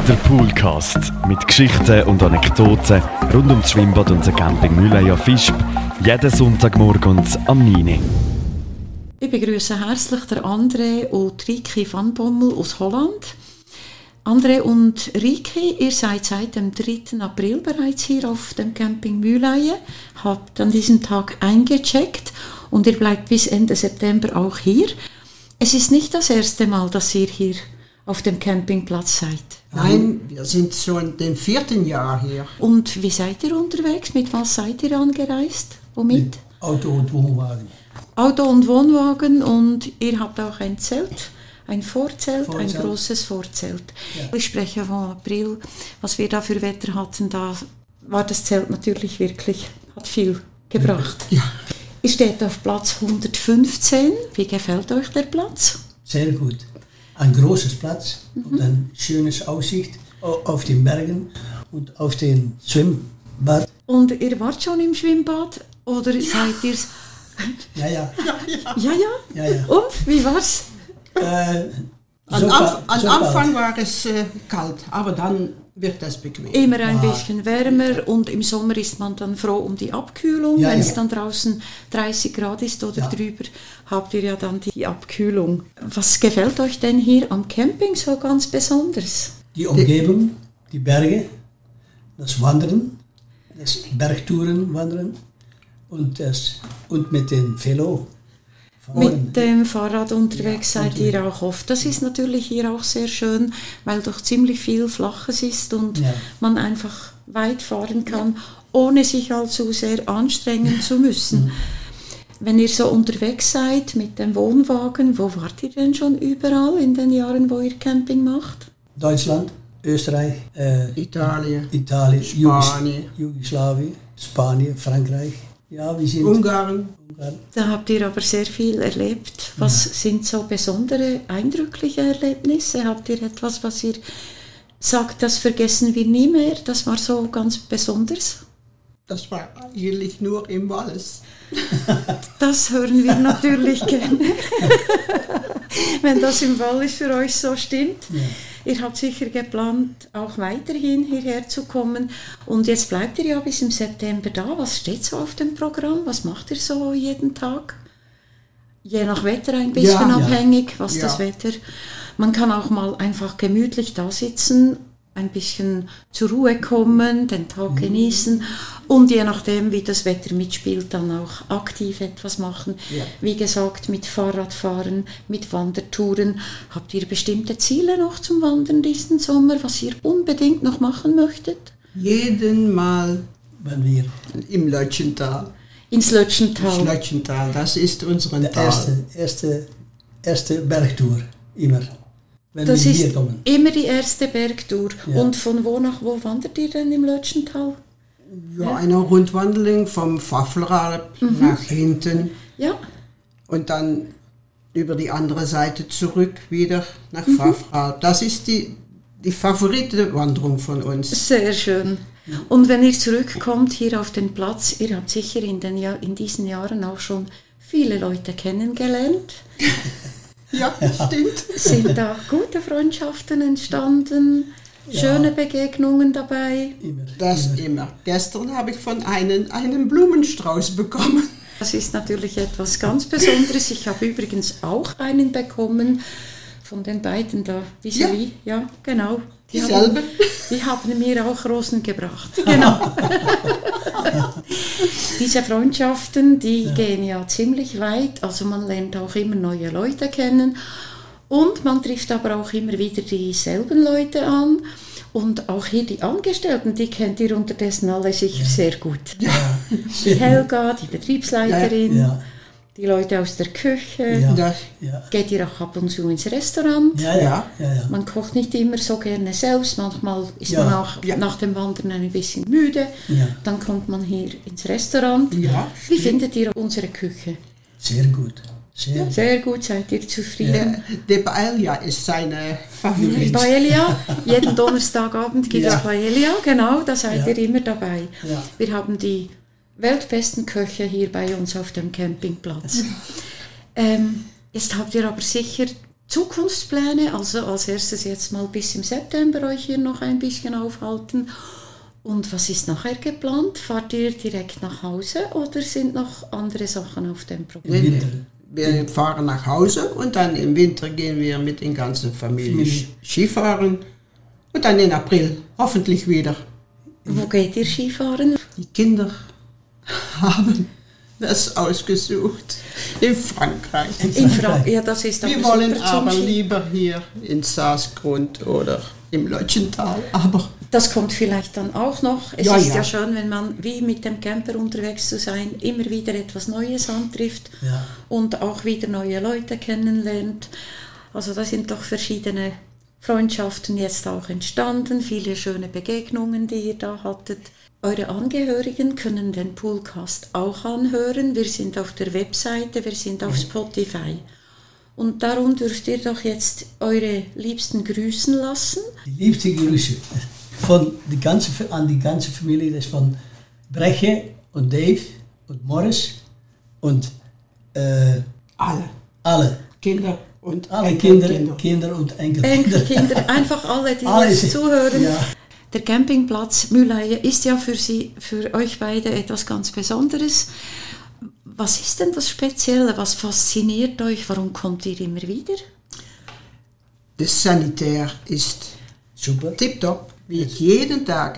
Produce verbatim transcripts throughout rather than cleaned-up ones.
Der Poolcast mit Geschichten und Anekdoten rund ums Schwimmbad und den Camping Mülleier Visp. Jeden Sonntagmorgen am neun Uhr. Ich begrüße herzlich der André und Riki van Bommel aus Holland. André und Riki, ihr seid seit dem dritten April bereits hier auf dem Camping Mülleier, habt an diesem Tag eingecheckt und ihr bleibt bis Ende September auch hier. Es ist nicht das erste Mal, dass ihr hier auf dem Campingplatz seid. Nein, wir sind schon den vierten Jahr hier. Und wie seid ihr unterwegs? Mit was seid ihr angereist? Womit? Mit Auto und Wohnwagen. Auto und Wohnwagen, und ihr habt auch ein Zelt, ein Vorzelt, Vorzelt. ein großes Vorzelt. Ja. Ich spreche vom April, was wir da für Wetter hatten, da war das Zelt natürlich wirklich, hat viel gebracht. Ja. Ihr steht auf Platz hundertfünfzehn. Wie gefällt euch der Platz? Sehr gut. Ein großes Platz Mhm. und ein schönes Aussicht auf den Bergen und auf den Schwimmbad. Und ihr wart schon im Schwimmbad oder ja. seid ihr? Ja, ja. Ja, ja. ja, ja. Und wie war's? Äh, An, so Anf kalt, an so Anfang kalt. war es äh, kalt, aber dann wird es bequem. Immer ein Ah. bisschen wärmer, und im Sommer ist man dann froh um die Abkühlung. Ja, Wenn ja. es dann draußen dreißig Grad ist oder Ja. drüber, habt ihr ja dann die Abkühlung. Was gefällt euch denn hier am Camping so ganz besonders? Die Umgebung, die Berge, das Wandern, das Bergtouren wandern und, das, und mit dem Velo fahren. Mit dem Fahrrad unterwegs Ja, seid ihr auch oft. Das ist natürlich hier auch sehr schön, weil doch ziemlich viel Flaches ist und Ja. man einfach weit fahren kann, ohne sich allzu sehr anstrengen zu müssen. Wenn ihr so unterwegs seid mit dem Wohnwagen, wo wart ihr denn schon überall in den Jahren, wo ihr Camping macht? Deutschland, Österreich, äh, Italien, Italien, Spanien. Jugos- Jugoslawien, Spanien, Frankreich. Ja, wir sind Ungarn. Ungarn. Da habt ihr aber sehr viel erlebt. Was ja. sind so besondere, eindrückliche Erlebnisse? Habt ihr etwas, was ihr sagt, das vergessen wir nie mehr? Das war so ganz besonders? Das war eigentlich nur im Wallis. Das hören wir natürlich gerne. Wenn das im Wallis für euch so stimmt. Ja. Ihr habt sicher geplant, auch weiterhin hierher zu kommen. Und jetzt bleibt ihr ja bis im September da. Was steht so auf dem Programm? Was macht ihr so jeden Tag? Je nach Wetter ein bisschen Ja, abhängig, was ja. das Wetter. Man kann auch mal einfach gemütlich da sitzen, ein bisschen zur Ruhe kommen, den Tag Mhm. genießen und je nachdem, wie das Wetter mitspielt, dann auch aktiv etwas machen. Ja. Wie gesagt, mit Fahrradfahren, mit Wandertouren. Habt ihr bestimmte Ziele noch zum Wandern diesen Sommer, was ihr unbedingt noch machen möchtet? Jeden Mal Wenn wir im Lötschental. Ins Lötschental. Das Lötschental, das ist unser die Tal. erste, erste, erste Bergtour, immer. Wenn Das wir ist hier kommen. immer die erste Bergtour. Ja. Und von wo nach wo wandert ihr denn im Lötschental? Ja, eine Rundwanderung vom Pfaffelrad nach hinten Ja, und dann über die andere Seite zurück wieder nach Pfaffrad. Das ist die, die favorite Wanderung von uns. sehr schön. Und wenn ihr zurückkommt hier auf den Platz, ihr habt sicher in, den Jahr, in diesen Jahren auch schon viele Leute kennengelernt. Ja, stimmt. Sind da gute Freundschaften entstanden? Schöne Begegnungen dabei? Immer. Das immer. immer. Gestern habe ich von einem einen Blumenstrauß bekommen. Das ist natürlich etwas ganz Besonderes. Ich habe übrigens auch einen bekommen von den beiden da, vis-à-vis. Ja. ja, genau. Die Dieselbe. haben, die haben mir auch Rosen gebracht. Genau. Diese Freundschaften, die ja. gehen ja ziemlich weit. Also man lernt auch immer neue Leute kennen. Und man trifft aber auch immer wieder dieselben Leute an. Und auch hier die Angestellten, die kennt ihr unterdessen alle sicher Ja. sehr gut. Ja. Die Helga, die Betriebsleiterin, Ja. die Leute aus der Küche. Ja. Das, Ja. Geht ihr auch ab und zu ins Restaurant? Ja, ja, ja, ja. Man kocht nicht immer so gerne selbst. Manchmal ist Ja. man auch Ja. nach dem Wandern ein bisschen müde. Ja. Dann kommt man hier ins Restaurant. Ja, Wie stimmt. findet ihr unsere Küche? Sehr gut. Sehr gut. Sehr gut, seid ihr zufrieden? Die Paella ist seine Favorit. Paella, jeden Donnerstagabend gibt es Ja. Paella, genau, da seid Ja. ihr immer dabei. Ja. Wir haben die weltbesten Köche hier bei uns auf dem Campingplatz. ähm, jetzt habt ihr aber sicher Zukunftspläne, also als erstes jetzt mal bis im September euch hier noch ein bisschen aufhalten. Und was ist nachher geplant? Fahrt ihr direkt nach Hause oder sind noch andere Sachen auf dem Programm? Nee, wir fahren nach Hause und dann im Winter gehen wir mit der ganzen Familie Familie. Skifahren und dann in April hoffentlich wieder. Wo geht ihr Skifahren? Die Kinder haben das ausgesucht in Frankreich. In Fra- ja, das ist Wir aber wollen super zum aber Ski- lieber hier in Saasgrund oder im Lötschental, aber Das kommt vielleicht dann auch noch. Es Ja, ist ja. ja schön, wenn man wie mit dem Camper unterwegs zu sein, immer wieder etwas Neues antrifft Ja. und auch wieder neue Leute kennenlernt. Also da sind doch verschiedene Freundschaften jetzt auch entstanden, viele schöne Begegnungen, die ihr da hattet. Eure Angehörigen können den Poolcast auch anhören. Wir sind auf der Webseite, wir sind auf Spotify. Und darum dürft ihr doch jetzt eure Liebsten grüßen lassen. Die liebste Grüße von die ganze, an die ganze Familie, das ist von Breche und Dave und Morris und äh, alle alle. Kinder und Alle Kinder, Enkelkinder. Kinder und Enkelkinder. Enkelkinder, einfach alle, die Alle. jetzt zuhören. Ja. Der Campingplatz Mühleie ist ja für Sie, für euch beide etwas ganz Besonderes. Was ist denn das Spezielle? Was fasziniert euch? Warum kommt ihr immer wieder? Das Sanitär ist Super. tipptopp, wird jeden Tag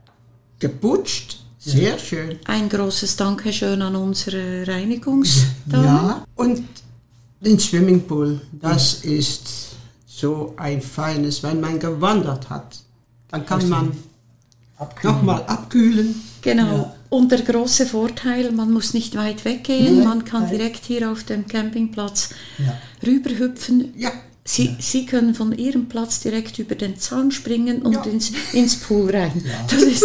geputzt, sehr schön. Ein großes Dankeschön an unsere Reinigungsdame. Ja, und den Swimmingpool, das ist so ein feines, wenn man gewandert hat, dann kann man Abkühlen. nochmal abkühlen. Genau. Ja. Und der große Vorteil, man muss nicht weit weggehen, Nein, man kann nein. direkt hier auf dem Campingplatz Ja. rüberhüpfen. Ja, Sie, Sie können von Ihrem Platz direkt über den Zaun springen und Ja. ins, ins Pool rein. Ja. Das ist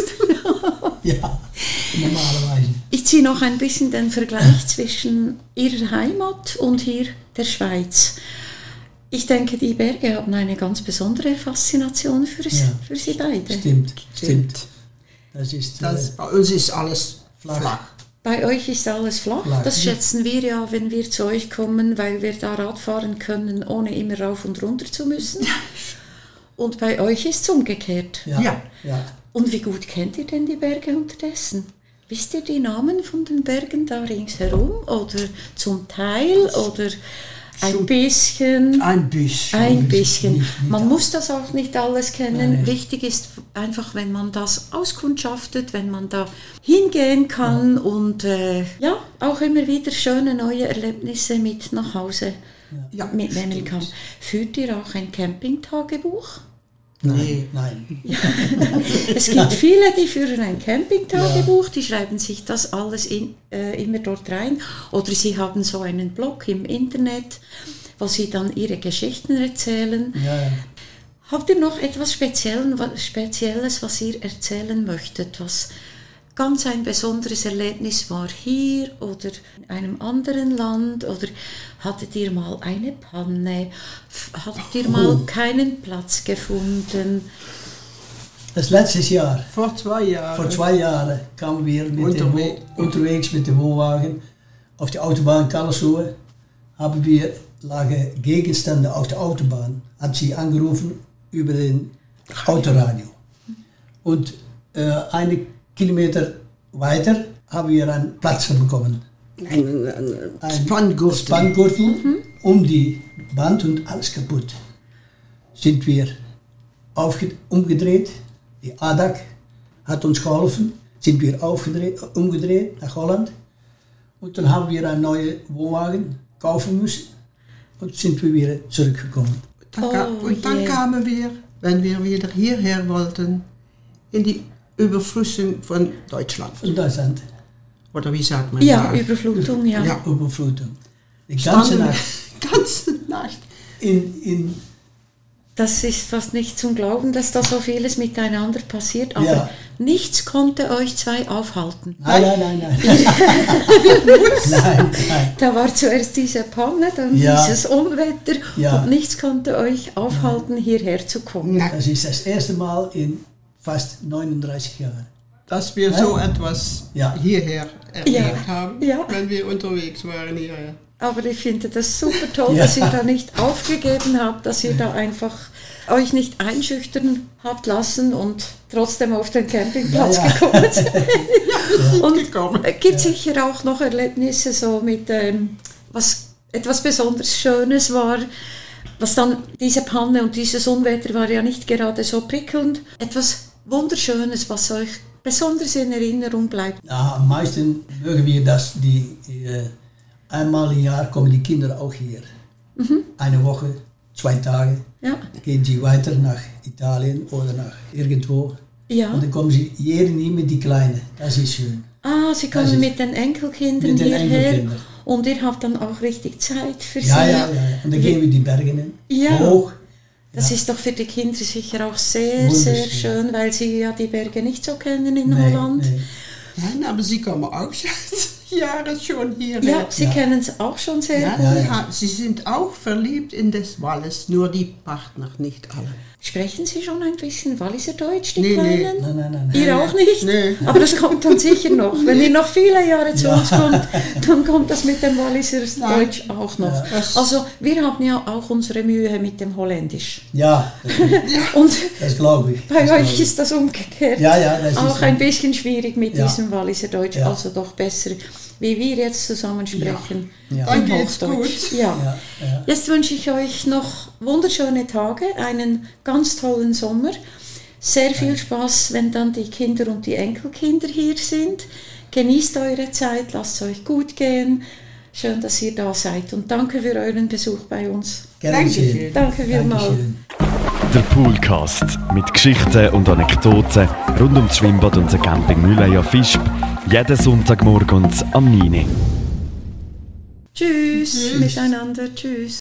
Ja, normalerweise. ich ziehe noch ein bisschen den Vergleich zwischen Ihrer Heimat und hier der Schweiz. Ich denke, die Berge haben eine ganz besondere Faszination für, Ja. für Sie beide. Stimmt, stimmt. Das ist das, äh, bei uns ist alles Flach. flach. Bei euch ist alles flach. Flach. Das schätzen wir ja, wenn wir zu euch kommen, weil wir da Rad fahren können, ohne immer rauf und runter zu müssen. Und bei euch ist es umgekehrt. ja, Ja. ja. Und wie gut kennt ihr denn die Berge unterdessen? Wisst ihr die Namen von den Bergen da ringsherum? Oder zum Teil? Oder ein Zum- bisschen? Ein bisschen. Ein bisschen. Nicht- nicht Man alles. muss das auch nicht alles kennen. Nein. Wichtig ist einfach, wenn man das auskundschaftet, wenn man da hingehen kann und äh, ja, auch immer wieder schöne neue Erlebnisse mit nach Hause Ja, mitnehmen stimmt. kann. Führt ihr auch ein Campingtagebuch? Nein, Nee. nein. Es gibt viele, die führen ein Campingtagebuch, die schreiben sich das alles in, äh, immer dort rein. Oder sie haben so einen Blog im Internet, wo sie dann ihre Geschichten erzählen. Ja, ja. Habt ihr noch etwas Speziellen, wa- Spezielles, was ihr erzählen möchtet, was ganz ein besonderes Erlebnis war hier oder in einem anderen Land? Oder hattet ihr mal eine Panne? F- Hattet ihr mal keinen Platz gefunden? Das letzte Jahr, Vor zwei Jahren. vor zwei Jahren, kamen wir mit dem Unterwe- Wo- unterwegs mit dem Wohnwagen auf die Autobahn Karlsruhe. Haben wir lagen Gegenstände auf der Autobahn. Hat sie angerufen über den Autoradio. Und äh, eine Kilometer weiter haben wir einen Platz bekommen. Ein, ein, Ein Spanngurte. Spanngurtel um die Band und alles kaputt. Sind wir aufge umgedreht, die A D A C hat uns geholfen, sind wir aufgedreht, umgedreht nach Holland und dann haben wir einen neuen Wohnwagen kaufen müssen und sind wir wieder zurückgekommen. Dann ka- Oh und dann je. kamen wir, wenn wir wieder hierher wollten, in die Überflussung von Deutschland. Und Deutschland, Oder wie sagt man Ja, da? Überflutung, ja. Ja. Überflutung. Die ganze Standen- Nacht ganze Nacht. in, in Das ist fast nicht zum Glauben, dass da so vieles miteinander passiert, aber Ja. nichts konnte euch zwei aufhalten. nein, nein, nein, nein. nein, nein. Da war zuerst diese Panne, dann Ja. dieses Unwetter Ja. und nichts konnte euch aufhalten, hierher zu kommen. Na, Das ist das erste Mal in fast neununddreißig Jahren. dass wir so etwas Ja. hierher erlebt Ja. haben, Ja. wenn wir unterwegs waren hierher. Aber ich finde das super toll, Ja. dass ihr da nicht aufgegeben habt, dass ihr da einfach euch nicht einschüchtern habt lassen und trotzdem auf den Campingplatz Ja, ja. gekommen seid. Und gekommen. es gibt sicher auch noch Erlebnisse so mit, ähm, was etwas besonders Schönes war, was dann diese Panne und dieses Unwetter war ja nicht gerade so prickelnd. Etwas Wunderschönes, was euch besonders in Erinnerung bleibt. Ja, am meisten mögen wir, dass die äh, einmal im Jahr kommen die Kinder auch hier. Mhm. Eine Woche, zwei Tage. Ja, Gehen sie weiter nach Italien oder nach irgendwo. ja. Und dann kommen sie jeden nie mit die Kleinen. Das ist schön. Ah, sie kommen ist- mit den Enkelkindern Mit den hierher Enkelkindern. und ihr habt dann auch richtig Zeit für sie. Ja, ja, ja. Und dann gehen wir die Berge Ja. hoch. Das Ja. ist doch für die Kinder sicher auch sehr, sehr Wunderschön. schön, weil sie ja die Berge nicht so kennen in Nee, Holland. nee. Nein, aber sie kommen auch seit Jahren schon hierher. Ja, sie Ja. kennen es auch schon sehr Ja, gut. Ja, sie ja. ha- sie sind auch verliebt in das Wallis, nur die Partner nicht alle. Sprechen Sie schon ein bisschen Walliser Deutsch, die Nee, nee. Kleinen? Nein, nein, nein. Ihr auch nicht? Nee. Aber das kommt dann sicher noch. Wenn ihr noch viele Jahre zu uns kommt, dann kommt das mit dem Walliser Deutsch auch noch. Das- Also wir haben ja auch unsere Mühe mit dem Holländisch. Ja, Und das glaube ich. bei das euch glaub ich. ist das umgekehrt. Ja, ja, das ist auch so. ein bisschen schwierig mit Ja. diesem Walliser Deutsch, Ja. also doch besser, wie wir jetzt zusammen sprechen. Ja. Ja. Dann im geht's Hochdeutsch. gut. Ja. Ja, ja. Jetzt wünsche ich euch noch wunderschöne Tage, einen ganz tollen Sommer. Sehr viel Spaß, wenn dann die Kinder und die Enkelkinder hier sind. Genießt eure Zeit, lasst es euch gut gehen. Schön, dass ihr da seid und danke für euren Besuch bei uns. Gern Dankeschön. geschehen. Danke vielmals. Dankeschön. Der Poolcast mit Geschichten und Anekdoten rund ums Schwimmbad und den Camping Mühleier Fischb. Jeden Sonntagmorgen am neun Uhr. Tschüss, Tschüss. miteinander. Tschüss.